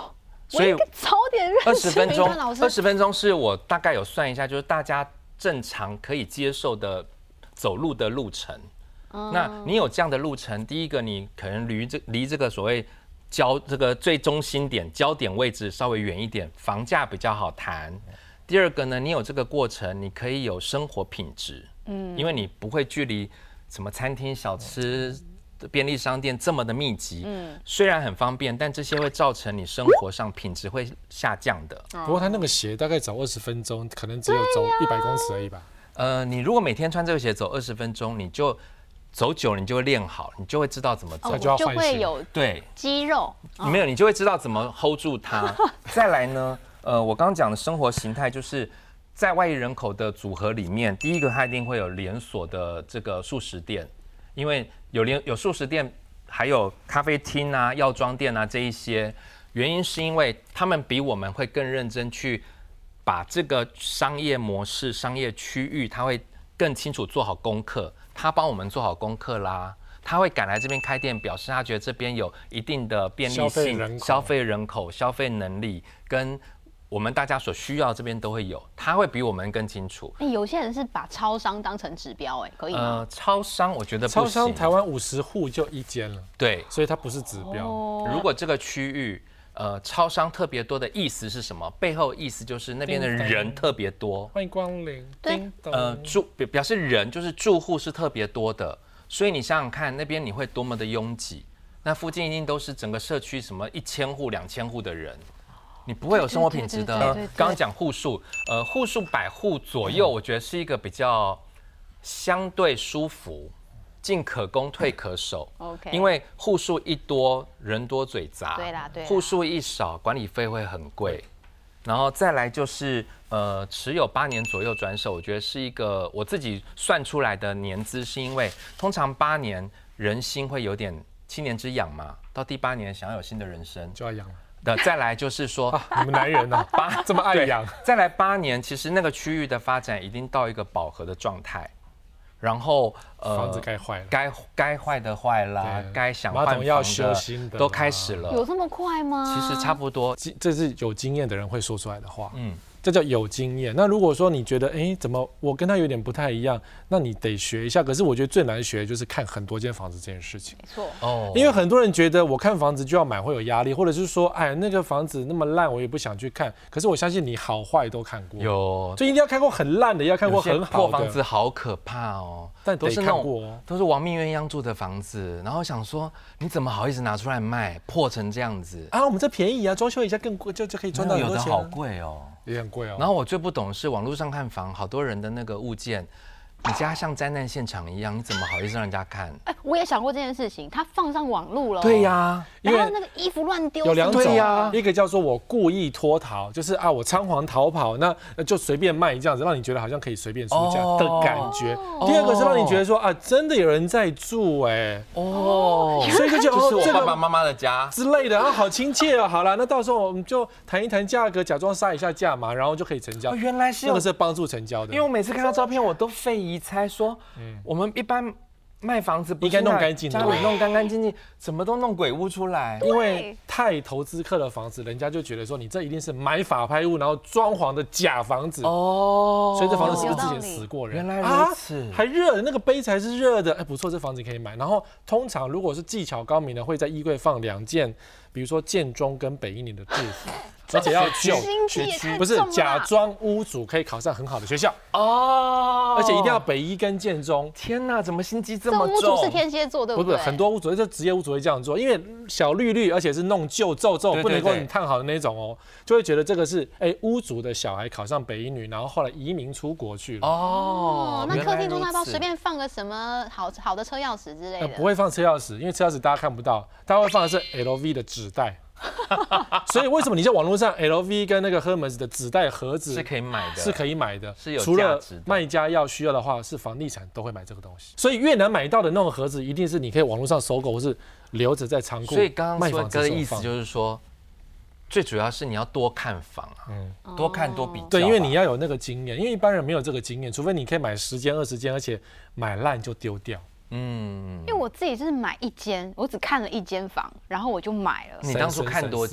S2: 所以
S1: 早点认识
S2: 二十分钟
S1: 明德老，师
S2: 二十分钟是我大概有算一下，就是大家正常可以接受的走路的路程。
S1: 嗯
S2: 那你有这样的路程，第一个你可能离这离这个所谓焦这个最中心点焦点位置稍微远一点，房价比较好谈。第二个呢，你有这个过程，你可以有生活品质，嗯，因为你不会距离什么餐厅、小吃、便利商店这么的密集，嗯，虽然很方便，但这些会造成你生活上品质会下降的。
S3: 不过他那个鞋大概走二十分钟，可能只有走一百公尺而已吧。
S2: 呃，你如果每天穿这个鞋走二十分钟，你就走久了，你就会练好，你就会知道怎么走，
S1: 哦，
S3: 就要
S1: 就
S3: 换鞋
S1: 会有
S2: 对，
S1: 肌肉。
S2: 你没有，你就会知道怎么 hold 住它。再来呢，呃，我刚刚讲的生活形态就是在外裔人口的组合里面，第一个它一定会有连锁的这个素食店，因为有连有素食店，还有咖啡厅啊、药妆店啊这一些，原因是因为他们比我们会更认真去把这个商业模式、商业区域，他会更清楚做好功课，他帮我们做好功课啦。他会赶来这边开店，表示他觉得这边有一定的便利性、
S3: 消费人口
S2: 消费人口、消费能力，跟我们大家所需要这边都会有，他会比我们更清楚。
S1: 哎，有些人是把超商当成指标，哎，可以吗？
S2: 呃，超商我觉得不
S3: 超
S2: 行。
S3: 商台湾五十户就一间了，
S2: 对，
S3: 所以它不是指标。
S1: 哦
S2: 如果这个区域呃超商特别多的意思是什么？背后意思就是那边的人特别多，
S3: 欢迎光临，
S1: 对
S3: 叮咚
S2: 呃住表表示人就是住户是特别多的，所以你想想看那边你会多么的拥挤，那附近一定都是整个社区什么一千户、两千户的人。你不会有生活品质的。
S1: 对对对对对
S2: 刚刚讲户数，呃，户数百户左右，我觉得是一个比较相对舒服，进可攻，退可守。
S1: OK
S2: 因为户数一多，人多嘴杂。
S1: 对啦对啦
S2: 户数一少，管理费会很贵。然后再来就是呃，持有八年左右转手，我觉得是一个我自己算出来的年资，是因为通常八年人心会有点七年之痒嘛，到第八年想要有新的人生。
S3: 就要养了。
S2: 的再来就是说，
S3: 啊，你们男人呢、
S2: 八
S3: 这么爱养，
S2: 再来八年，其实那个区域的发展已经到一个饱和的状态，然后呃
S3: 房子该坏了，
S2: 该该坏的坏啦，
S3: 对
S2: 该想换
S3: 马桶要
S2: 房的
S3: 修新的
S2: 都开始了，
S1: 有这么快吗？
S2: 其实差不多，
S3: 这这是有经验的人会说出来的话。
S2: 嗯。
S3: 这叫有经验。那如果说你觉得，哎，怎么我跟他有点不太一样，那你得学一下。可是我觉得最难学的就是看很多间房子这件事情。
S1: 没错。
S2: 哦，
S3: 因为很多人觉得我看房子就要买会有压力，或者是说，哎，那个房子那么烂，我也不想去看。可是我相信你好坏都看过，
S2: 有，
S3: 所以一定要看过很烂的，也要看过很
S2: 有些破
S3: 好的。
S2: 房子好可怕哦，
S3: 但得
S2: 都是那种
S3: 看过哦。
S2: 都是亡命鸳鸯住的房子，然后想说你怎么好意思拿出来卖，破成这样子，
S3: 啊，我们这便宜啊，装修一下更贵，就就可以赚到很多钱、
S2: 有的好
S3: 啊。
S2: 贵哦。
S3: 也很贵哦。
S2: 然后我最不懂的是网络上看房，好多人的那个物件，你家像灾难现场一样，你怎么好意思让人家看？
S1: 哎，我也想过这件事情，他放上网路了。
S2: 对呀，
S3: 因为
S1: 然后那个衣服乱丢，
S3: 有两种，
S2: 对呀
S3: 一个叫做我故意脱逃，就是啊我仓皇逃跑，那就随便卖这样子，让你觉得好像可以随便出价
S2: 哦
S3: 的感觉。第二个是让你觉得说啊真的有人在住哎、
S2: 哦，
S3: 所以就觉得
S2: 就是我
S3: 哦这个
S2: 爸爸妈妈的家。
S3: 之类的啊，好亲切哦。好了，那到时候我们就谈一谈价格，假装杀一下价嘛，然后就可以成交。
S2: 哦，原来是有
S3: 那个是帮助成交的，
S2: 因为我每次看到照片，我都费疑猜说，我们一般卖房子不是
S3: 应该弄干净的
S2: 家里弄干干净净，怎么都弄鬼屋出来？
S3: 因为太投资客的房子，人家就觉得说你这一定是买法拍屋，然后装潢的假房子。
S2: 哦，
S3: 所以这房子是不是之前
S1: 有道理
S3: 死过人？
S2: 原来如此
S3: 啊、还热的，那个杯才是热的。哎，不错，这房子可以买。然后通常如果是技巧高明的，会在衣柜放两件，比如说建中跟北一女的制服，而且要旧
S1: 心机也太
S3: 不是
S1: 重了
S3: 假装屋主可以考上很好的学校，
S2: 哦，
S3: 而且一定要北一跟建中。
S2: 天哪，怎么心机这
S1: 这
S2: 么重？
S1: 屋主是天蝎座，对对？
S3: 不是不是，很多屋主，这职业屋主会这样做，因为小绿绿，而且是弄旧皱皱，
S2: 对对
S3: 不能够
S2: 对
S3: 你烫好的那种哦，就会觉得这个是哎屋主的小孩考上北一女，然后后来移民出国去了。
S2: 哦
S1: 哦，，那
S2: 原来
S1: 客厅中要不要
S2: 如此
S1: 随便放个什么好好的车钥匙之类
S3: 呃，
S1: 的？
S3: 不会放车钥匙，因为车钥匙大家看不到，大家会放的是 L V 的纸袋。所以为什么你在网络上 L V 跟那个 Hermes 的纸袋盒子
S2: 是可以买的，
S3: 是可以买的，
S2: 是有
S3: 除了
S2: 价值的
S3: 卖家要需要的话，是房地产都会买这个东西。所以越难买到的那种盒子，一定是你可以网络上搜购，或是留着在仓库。
S2: 所以刚刚
S3: 卖房子
S2: 说哥的意思
S3: 时候放
S2: 就是说，最主要是你要多看房啊，
S3: 嗯
S2: 多看多比较吧。
S3: 对，因为你要有那个经验，因为一般人没有这个经验，除非你可以买十间、二十间，而且买烂就丢掉。
S2: 嗯
S1: 因，为我自己就是买一间，我只看了一间房，然后我就买了。
S2: 你当初看多久？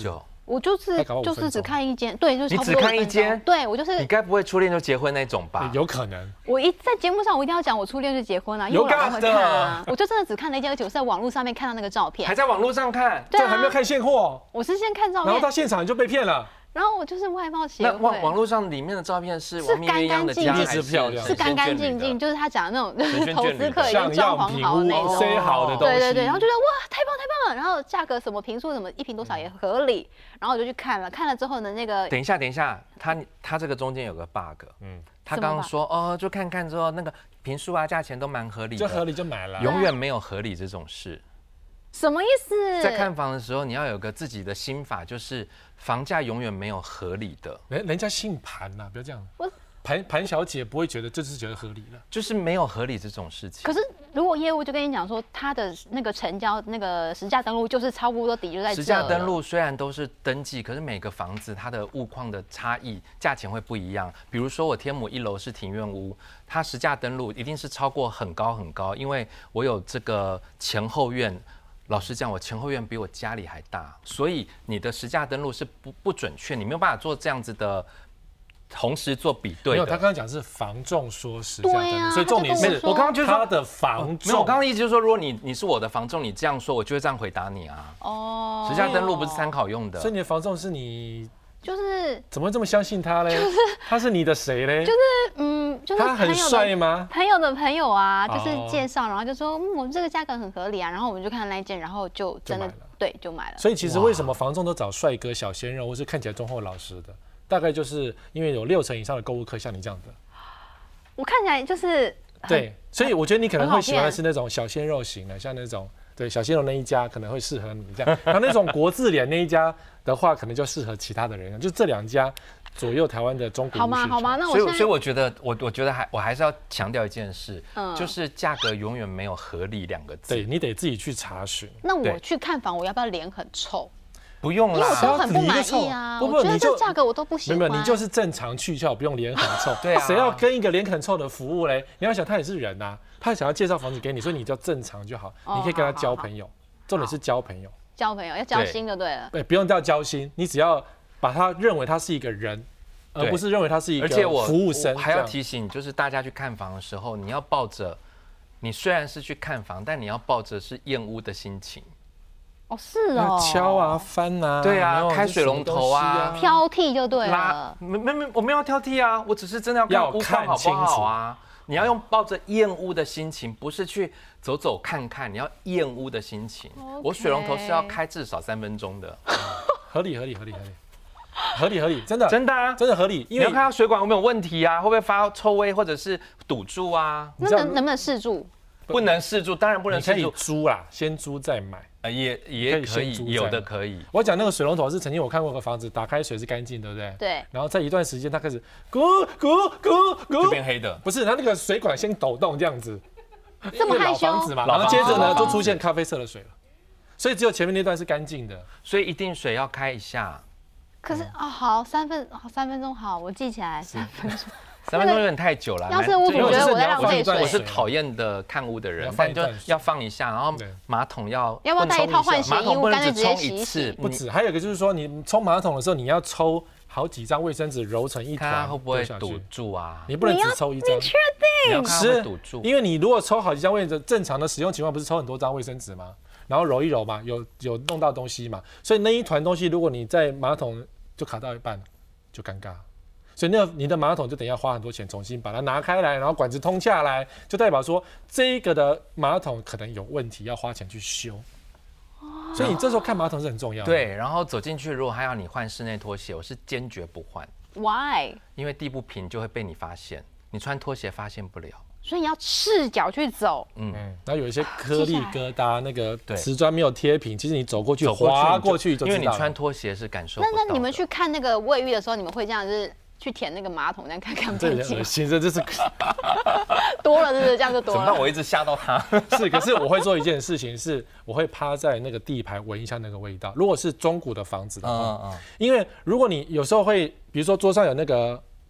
S1: 我就是就是只看一间，对，就是
S2: 你只看一间，
S1: 对我就是。
S2: 你该不会初恋就结婚那种吧？
S3: 有可能。
S1: 我一在节目上，我一定要讲我初恋就结婚了，因为我老公会看啊。我就真的只看了一间，而且我是在网络上面看到那个照片，
S2: 还在网络上看，
S1: 对啊，
S3: 还没有看现货。
S1: 我是先看照片，
S3: 然后到现场你就被骗了。
S1: 然后我就是外貌协会。
S2: 那网网络上里面的照片是
S1: 是干干净净，
S3: 是漂亮，
S1: 是干干净净，就是他讲的那种，就是投资客已经装潢好的那种，
S3: 塞好的东西。
S1: 对对对，然后觉得哇，太棒太棒了，然后价格什么平数什么一平多少也合理，然后我就去看了，看了之后呢，那个
S2: 等一下等一下，他他这个中间有个 bug， 嗯，他刚刚说哦，就看看之后那个平数啊，价钱都蛮合理的，
S3: 就合理就买了，
S2: 永远没有合理这种事。
S1: 什么意思？
S2: 在看房的时候，你要有个自己的心法，就是房价永远没有合理的。
S3: 人人家姓盘呐，不要这样。我盘盘小姐不会觉得这是觉得合理了，
S2: 就是没有合理这种事情。
S1: 可是如果业务就跟你讲说，他的那个成交那个实价登录就是差不多底就在这。
S2: 实价登录虽然都是登记，可是每个房子它的物况的差异，价钱会不一样。比如说我天母一楼是庭院屋，它实价登录一定是超过很高很高，因为我有这个前后院。老实讲，我前后院比我家里还大，所以你的实价登录是不不准确，你没有办法做这样子的同时做比对的。
S3: 没有，他刚刚讲是房仲说实价登录，
S1: 啊、
S3: 所以重点是
S2: 我刚刚就是说
S3: 他的房仲。
S2: 没有，我刚刚的意思就是说，如果你你是我的房仲，你这样说，我就会这样回答你啊。哦，实价登录不是参考用的，
S3: 所以你的房仲是你。
S1: 就是
S3: 怎么会这么相信他嘞？就是他是你的谁嘞？
S1: 就是嗯，就是
S3: 他很帅吗？
S1: 朋友的朋友啊，就是介绍，然后就说嗯，我们这个价格很合理啊，然后我们就看那一件，然后就真的对就买了。
S3: 所以其实为什么房仲都找帅哥、小鲜肉，或是看起来忠厚老实的？大概就是因为有六成以上的购物客像你这样的。
S1: 我看起来就是
S3: 对，所以我觉得你可能会喜欢的是那种小鲜肉型的，像那种。对，小鲜肉那一家可能会适合你这样，然后那种国字脸那一家的话，可能就适合其他的人，就这两家左右台湾的中古屋市场。
S1: 好吗？好吗？那我
S2: 所以所以我觉得我我觉得还我还是要强调一件事，嗯，就是价格永远没有合理两个字。
S3: 对你得自己去查询。
S1: 那我去看房，我要不要脸很臭？
S2: 不用啦，
S1: 因为我都很不满意啊。不不，我觉得这价格我都不喜欢。
S3: 没有，你就是正常去俏，不用脸很臭。
S2: 对啊，
S3: 谁要跟一个脸很臭的服务嘞？你要想他也是人啊，他想要介绍房子给你，所以你就正常就好，你可以跟他交朋友。重点是交朋友，
S1: 交朋友要交心就对了。
S3: 对，不用叫交心，你只要把他认为他是一个人，而不是认为他是一个服务生。
S2: 还要提醒，就是大家去看房的时候，你要抱着，你虽然是去看房，但你要抱着是厌恶的心情。
S1: 哦，是哦，
S3: 敲啊翻啊，
S2: 对啊，开水龙头啊，
S1: 挑剔就对了。
S2: 没没没，我没有挑剔啊，我只是真的要看屋况好不好啊。你要用抱着厌恶的心情，不是去走走看看，你要厌恶的心情。Okay. 我水龙头是要开至少三分钟的，
S3: 合理合理合理合理合理合理，真的
S2: 真的啊，
S3: 真的合理。
S2: 因为你要看到水管有没有问题啊，会不会发臭味或者是堵住啊？
S1: 那能能不能试住？
S2: 不能试住，当然不能试住。
S3: 你可以租啦，先租再买。
S2: 呃，也也可以，有的可以。
S3: 我讲那个水龙头是曾经我看过个房子，打开水是干净，对不对？
S1: 对。
S3: 然后在一段时间，它开始咕咕咕咕，
S2: 就变黑的。
S3: 不是，它那个水管先抖动这样子。
S1: 这么害羞。
S3: 老房子嘛，然后接着呢就出现咖啡色的水了，所以只有前面那段是干净的，
S2: 所以一定水要开一下。
S1: 可是啊，好，三分三分钟好，我记起来三分钟。
S2: 三分钟有点太久了。
S1: 要是屋主觉得我在浪费水，
S2: 我是讨厌的看屋的人，但就要放一下，然后马桶要
S1: 要不要带一套换洗衣物，干脆直接洗一洗。
S3: 不止，还有一个就是说，你冲马桶的时候，你要抽好几张卫生纸揉成一团，
S2: 看会不会堵住啊？
S3: 你不能只抽一张，
S1: 你确定？
S2: 是堵住，
S3: 因为你如果抽好几张卫生纸，正常的使用情况不是抽很多张卫生纸吗？然后揉一揉嘛，有有弄到东西嘛，所以那一团东西，如果你在马桶就卡到一半，就尴尬。所以那你的马桶就等一下花很多钱重新把它拿开来，然后管子通下来，就代表说这个的马桶可能有问题，要花钱去修。所以你这时候看马桶是很重要的。
S2: 对，然后走进去，如果还要你换室内拖鞋，我是坚决不换。
S1: Why？
S2: 因为地不平就会被你发现，你穿拖鞋发现不了。
S1: 所以你要赤脚去走。
S3: 嗯，然后有一些颗粒疙瘩，那个瓷砖没有贴平，其实你走过去滑过去就知道。
S2: 因为你穿拖鞋是感受不到的。
S1: 那那你们去看那个卫浴的时候，你们会这样就是去舔那个马桶，这样看看
S3: 这恶心，这就是
S1: 多了，是不是？这样就多了。
S2: 怎么办？我一直吓到他。
S3: 是，可是我会做一件事情，是我会趴在那个地排闻一下那个味道。如果是中古的房子的话，因为如果你有时候会，比如说桌上有那个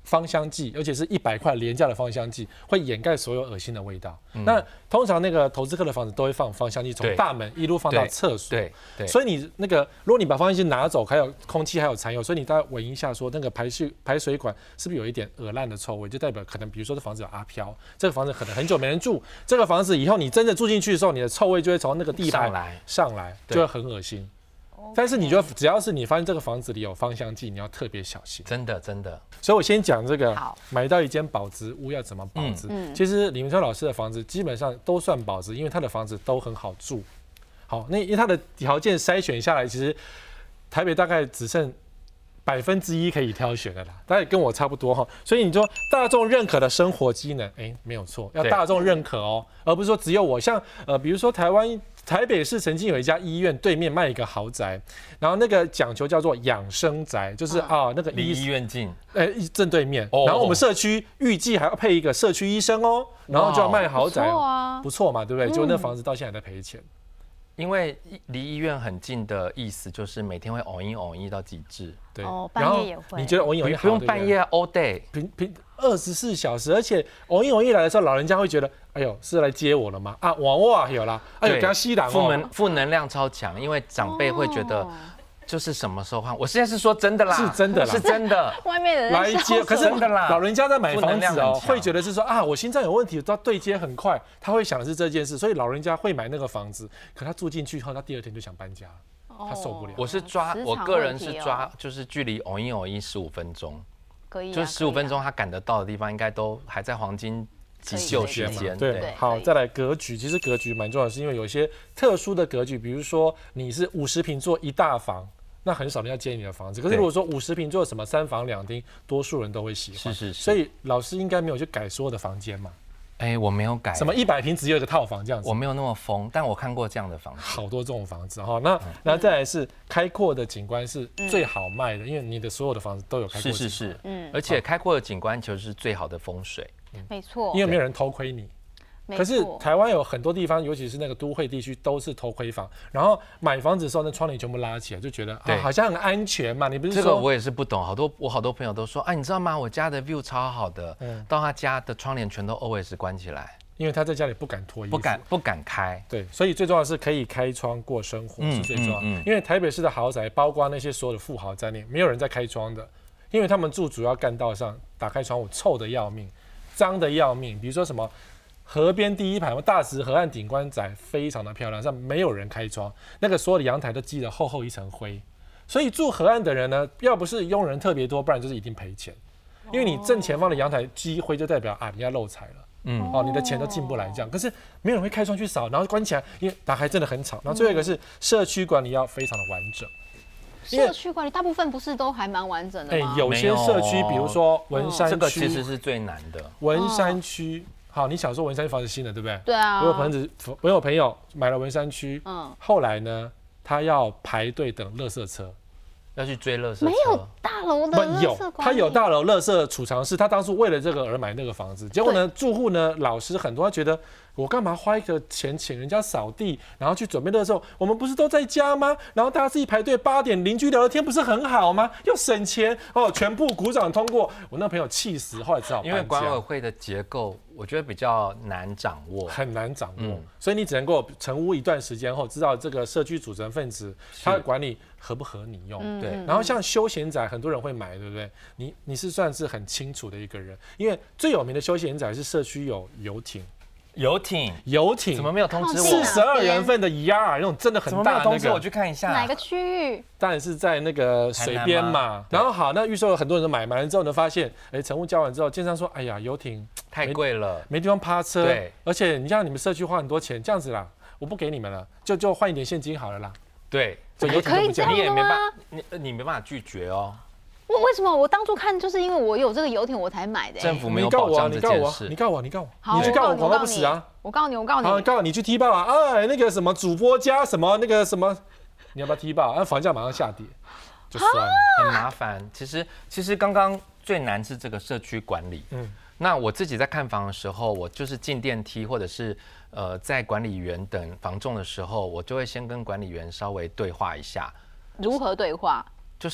S3: 芳香剂，而且是一百块廉价的芳香剂，会掩盖所有恶心的味道。嗯、那通常那个投资客的房子都会放芳香剂，从大门一路放到厕所。
S2: 对对。
S3: 所以你那个，如果你把芳香剂拿走，还有空气还有残油，所以你大概闻一下，说那个排水排水管是不是有一点恶烂的臭味，就代表可能比如说这房子有阿飘，这个房子可能很久没人住，这个房子以后你真的住进去的时候，你的臭味就会从那个地排
S2: 上来
S3: 上来，就会很恶心。但是你就只要是你发现这个房子里有芳香剂，你要特别小心。
S2: 真的真的。
S3: 所以我先讲这个买到一间保值屋要怎么保值。嗯嗯、其实李明川老师的房子基本上都算保值，因为他的房子都很好住。好，那因为他的条件筛选下来，其实台北大概只剩百分之一可以挑选的啦，大概跟我差不多哈。所以你说大众认可的生活机能，哎、欸，没有错，要大众认可哦，而不是说只有我。像呃，比如说台湾。台北市曾经有一家医院对面卖一个豪宅，然后那个讲求叫做养生宅，就是啊那个
S2: 离医院近，
S3: 呃正对面。然后我们社区预计还要配一个社区医生哦，然后就要卖豪宅，不错嘛，对不对？结果那房子到现在还在赔钱。
S2: 因为离医院很近的意思就是每天会偶一偶一到极致，
S3: 对，
S1: 哦，半夜也会。
S3: 你觉得偶一偶一
S2: 不用半夜 all day，
S3: 平平二十四小时，而且偶一偶一来的时候，老人家会觉得，哎呦，是来接我了吗？啊，网哇有啦，哎呦，给他吸氧哦，
S2: 负能负能量超强，因为长辈会觉得。就是什么时候换？我现在是说真的啦，
S3: 是真的啦，
S2: 是真的。
S1: 外面的人
S3: 来接，可是
S2: 真的啦。
S3: 老人家在买房子哦，会觉得是说啊，我心脏有问题，到对接很快，他会想的是这件事，所以老人家会买那个房子。可他住进去后，他第二天就想搬家，他受不了。
S2: 我是抓，我个人是抓，就是距离偶一偶一十五分钟，
S1: 可以，
S2: 就是十五分钟他赶得到的地方，应该都还在黄金急救时间。
S3: 对，好，再来格局，其实格局蛮重要的，是因为有些特殊的格局，比如说你是五十坪做一大房。那很少人要接你的房子，可是如果说五十坪做什么三房两厅，多数人都会喜欢。
S2: 是是是。
S3: 所以老师应该没有去改所有的房间嘛？
S2: 哎、欸，我没有改。
S3: 什么一百坪只有一个套房这样子？
S2: 我没有那么疯，但我看过这样的房子，
S3: 好多这种房子哈。那、嗯、那再来是开阔的景观是最好卖的，嗯、因为你的所有的房子都有开阔的景观。
S2: 是是是，嗯。而且开阔的景观就是最好的风水。
S1: 嗯、没错。
S3: 因为没有人偷窥你。可是台湾有很多地方，尤其是那个都会地区，都是偷窥房。然后买房子的时候，那窗帘全部拉起来，就觉得啊，好像很安全嘛。你不是说
S2: 这个我也是不懂，好多我好多朋友都说，哎、啊，你知道吗？我家的 view 超好的，嗯、到他家的窗帘全都 always 关起来，
S3: 因为他在家里不敢脱衣服，
S2: 不敢不敢开。
S3: 对，所以最重要的是可以开窗过生活、嗯、是最重要的。嗯嗯、因为台北市的豪宅，包括那些所有的富豪在内，没有人在开窗的，因为他们住主要干道上，打开窗户臭的要命，脏的要命。比如说什么。河边第一排，大直河岸景观宅非常的漂亮，但没有人开窗，那个所有的阳台都积了厚厚一层灰，所以住河岸的人呢，要不是佣人特别多，不然就是一定赔钱，因为你正前方的阳台积灰就代表啊，你要漏财了，嗯，哦，你的钱都进不来这样，可是没有人会开窗去扫，然后关起来，因为打开真的很吵。然后最后一个是社区管理要非常的完整。
S1: 社区管理大部分不是都还蛮完整的吗？
S3: 哎，有些社区，比如说文山区，
S2: 这个其实是最难的。
S3: 文山区。好，你想说文山区房子新的，对不对？
S1: 对啊。
S3: 我有朋友，我有朋友买了文山区，嗯，后来呢，他要排队等垃圾车，
S2: 要去追垃圾车。
S1: 没有大楼的垃圾
S3: 有，他有大楼垃圾储藏室，他当初为了这个而买那个房子，结果呢，住户呢，老师很多，他觉得我干嘛花一个钱请人家扫地，然后去准备垃圾？我们不是都在家吗？然后大家自己排队八点，邻居聊聊天，不是很好吗？又省钱哦，全部鼓掌通过。我那朋友气死，后来只好搬家。
S2: 因为管委会的结构。我觉得比较难掌握，
S3: 很难掌握，嗯、所以你只能够成屋一段时间后，知道这个社区组成分子它的管理合不合你用。嗯、对，然后像休闲宅，很多人会买，对不对？你你是算是很清楚的一个人，因为最有名的休闲宅是社区有游艇。
S2: 游艇，
S3: 游艇
S2: 怎么没有通知我？
S3: 四十二人份的 E R 那种真的很大的那个，
S2: 我去看一下
S1: 哪个区域？
S3: 当然是在那个水边嘛。然后好，那预售有很多人都买，买完之后呢，发现哎，成屋交完之后，建商说，哎呀，游艇
S2: 太贵了，
S3: 没地方趴车。
S2: 对，
S3: 而且你像你们社区花很多钱，这样子啦，我不给你们了，就就换一点现金好了啦。
S2: 对，
S3: 就游艇都不见，
S2: 你也没办法，你你没办法拒绝哦。
S1: 为为什么我当初看就是因为我有这个游艇我才买的、欸？
S2: 政府没有保障这件事。
S3: 你告我，你告我，你告我，你去告我广告不实啊！
S1: 我告你，我告你，
S3: 好，告你去踢爆啊！哎，那个什么主播加什么那个什么，你要不要踢爆？那房价马上下跌，就算了，
S2: 很麻烦。其实其实刚刚最难是这个社区管理。嗯，那我自己在看房的时候，我就是进电梯或者是呃在管理员等房仲的时候，我就会先跟管理员稍微对话一下。
S1: 如何对话？
S2: 就是。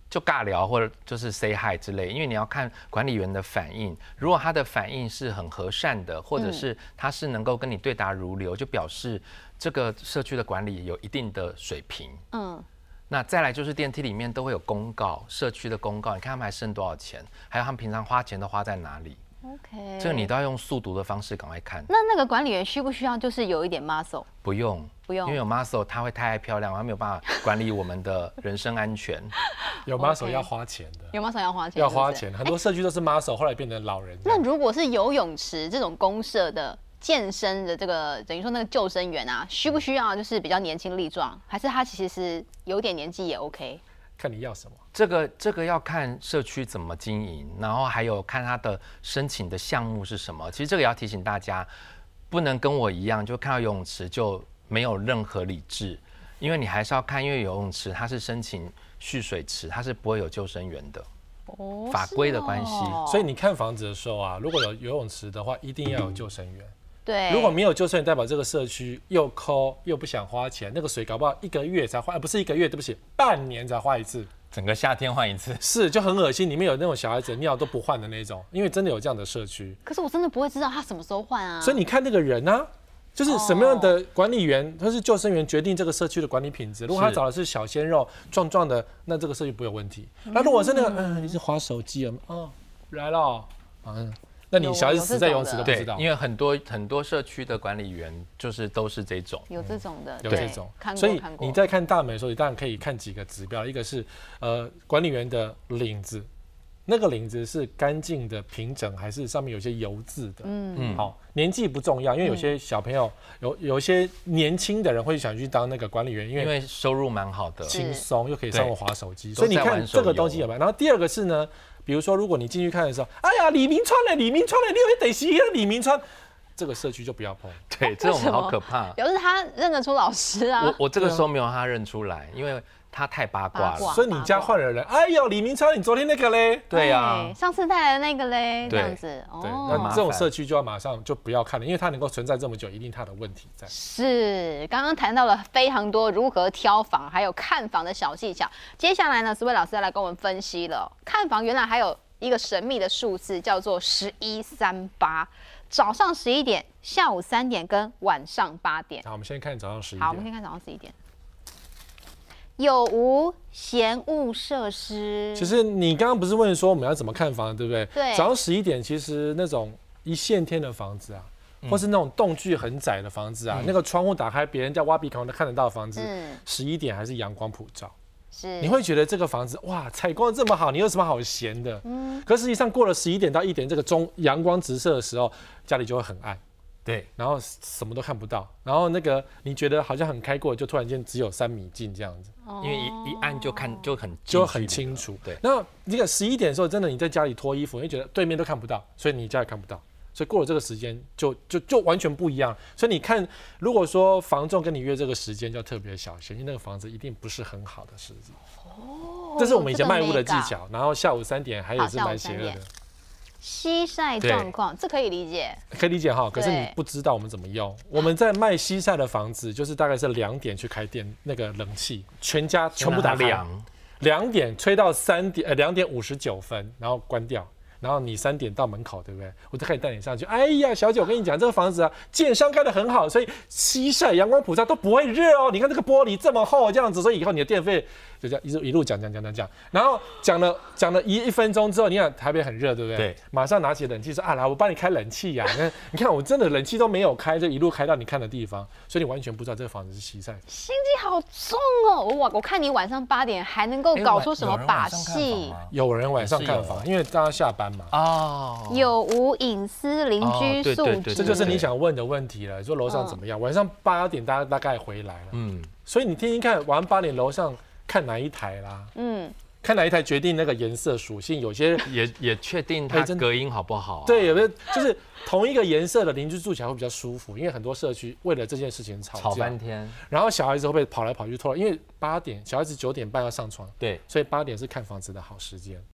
S2: 就尬聊或者就是 say hi 之类，因为你要看管理员的反应。如果他的反应是很和善的，或者是他是能够跟你对答如流，就表示这个社区的管理有一定的水平。嗯，那再来就是电梯里面都会有公告，社区的公告，你看他们还剩多少钱，还有他们平常花钱都花在哪里。
S1: OK，
S2: 这个你都要用速读的方式赶快看。
S1: 那那个管理员需不需要就是有一点 muscle？
S2: 不用，
S1: 不用，
S2: 因为有 muscle 他会太爱漂亮，他没有办法管理我们的人身安全。
S3: 有 muscle 要花钱的，
S1: 有 muscle 要花钱，
S3: 要花钱。很多社区都是 muscle， 后来变成老人。
S1: 那如果是游泳池这种公社的健身的这个，等于说那个救生员啊，需不需要就是比较年轻力壮，还是他其实有点年纪也 OK？
S3: 看你要什么，
S2: 这个这个要看社区怎么经营，然后还有看他的申请的项目是什么。其实这个也要提醒大家，不能跟我一样，就看到游泳池就没有任何理智，因为你还是要看，因为游泳池它是申请蓄水池，它是不会有救生员的。哦，法规的关系。
S1: 哦、
S3: 所以你看房子的时候啊，如果有游泳池的话，一定要有救生员。
S1: 对，
S3: 如果没有救生员，代表这个社区又抠又不想花钱，那个水搞不好一个月才花，不是一个月，对不起，半年才花一次，
S2: 整个夏天换一次，
S3: 是就很恶心。里面有那种小孩子尿都不换的那种，因为真的有这样的社区。
S1: 可是我真的不会知道他什么时候换啊。
S3: 所以你看那个人啊，就是什么样的管理员，或是救生员决定这个社区的管理品质。如果他找的是小鲜肉、壮壮的，那这个社区不会有问题。那如果是那个，嗯，你是滑手机啊？哦，来了，嗯。那你小孩子死在游泳池都不知道，
S2: 因为很多很多社区的管理员就是都是这种，
S1: 有这种的，
S3: 有这种，所以你在看大美的时候，你当然可以看几个指标，一个是呃管理员的领子，那个领子是干净的、平整，还是上面有些油渍的？嗯嗯，好，年纪不重要，因为有些小朋友有有一些年轻的人会想去当那个管理员，因为
S2: 因为收入蛮好的，
S3: 轻松又可以上网滑手机，所以你看这个东西有没有？然后第二个是呢。比如说，如果你进去看的时候，哎呀，李明川嘞，李明川嘞，你有得洗李明川，这个社区就不要碰。
S2: 对，这种好可怕。
S1: 表示他认得出老师啊。
S2: 我我这个时候没有他认出来，因为他太八卦了。
S3: 所以你家换了人，哎呦，李明川，你昨天那个嘞？
S2: 对呀，
S1: 上次带来的那个嘞，这样子。
S3: 对，那这种社区就要马上就不要看了，因为它能够存在这么久，一定它的问题在。
S1: 是，刚刚谈到了非常多如何挑房，还有看房的小技巧。接下来呢，思维老师要来跟我们分析了，看房原来还有一个神秘的数字，叫做十一三八。早上十一点、下午三点跟晚上八点。
S3: 好，我们先看早上十一点。
S1: 好，我们先看早上十一点。有无嫌恶设施？
S3: 其实你刚刚不是问说我们要怎么看房，对不对？
S1: 对。
S3: 早上十一点，其实那种一线天的房子啊，嗯、或是那种栋距很窄的房子啊，嗯、那个窗户打开，别人家挖鼻孔都看得到的房子，十一、嗯、点还是阳光普照。
S1: 是。
S3: 你会觉得这个房子哇，采光这么好，你有什么好嫌的？嗯。可实际上过了十一点到一点这个中阳光直射的时候，家里就会很暗。对，然后什么都看不到，然后那个你觉得好像很开阔，就突然间只有三米近这样子，
S2: 因为一一按就看就很
S3: 就很清楚。对，那那个十一点的时候，真的你在家里脱衣服，你会觉得对面都看不到，所以你家也看不到，所以过了这个时间就就就完全不一样。所以你看，如果说房仲跟你约这个时间，就要特别小心，因为那个房子一定不是很好的时机。哦，这是我们以前卖屋的技巧。然后下午三点还有是蛮邪恶的。
S1: 西晒状况，这可以理解，
S3: 可以理解哈。可是你不知道我们怎么用。我们在卖西晒的房子，就是大概是两点去开店，那个冷气全家全部打开，两点吹到三点，呃，两点五十九分，然后关掉。然后你三点到门口，对不对？我就开始带你上去。哎呀，小姐，我跟你讲，这个房子啊，建商盖得很好，所以西晒、阳光普照都不会热哦。你看这个玻璃这么厚，这样子，所以以后你的电费就这样一路一路讲讲讲讲讲。然后讲了讲了一一分钟之后，你看台北很热，对不对？对。马上拿起冷气说啊，来，我帮你开冷气呀、啊。你看，你看我真的冷气都没有开，就一路开到你看的地方，所以你完全不知道这个房子是西晒。
S1: 心机好重哦！我我看你晚上八点还能够搞出什么把戏？
S3: 有人晚上看房，因为大家下班。
S1: 哦，有无隐私邻居素质？
S3: 这就是你想问的问题了。说楼上怎么样？晚上八点大家大概回来了，嗯，所以你听听看，晚上八点楼上看哪一台啦，嗯，看哪一台决定那个颜色属性。有些
S2: 也也确定它隔音好不好、啊？
S3: 对，有没有就是同一个颜色的邻居住起来会比较舒服？因为很多社区为了这件事情吵架，
S2: 吵翻天。
S3: 然后小孩子会不会跑来跑去拖？因为八点小孩子九点半要上床，
S2: 对，
S3: 所以八点是看房子的好时间。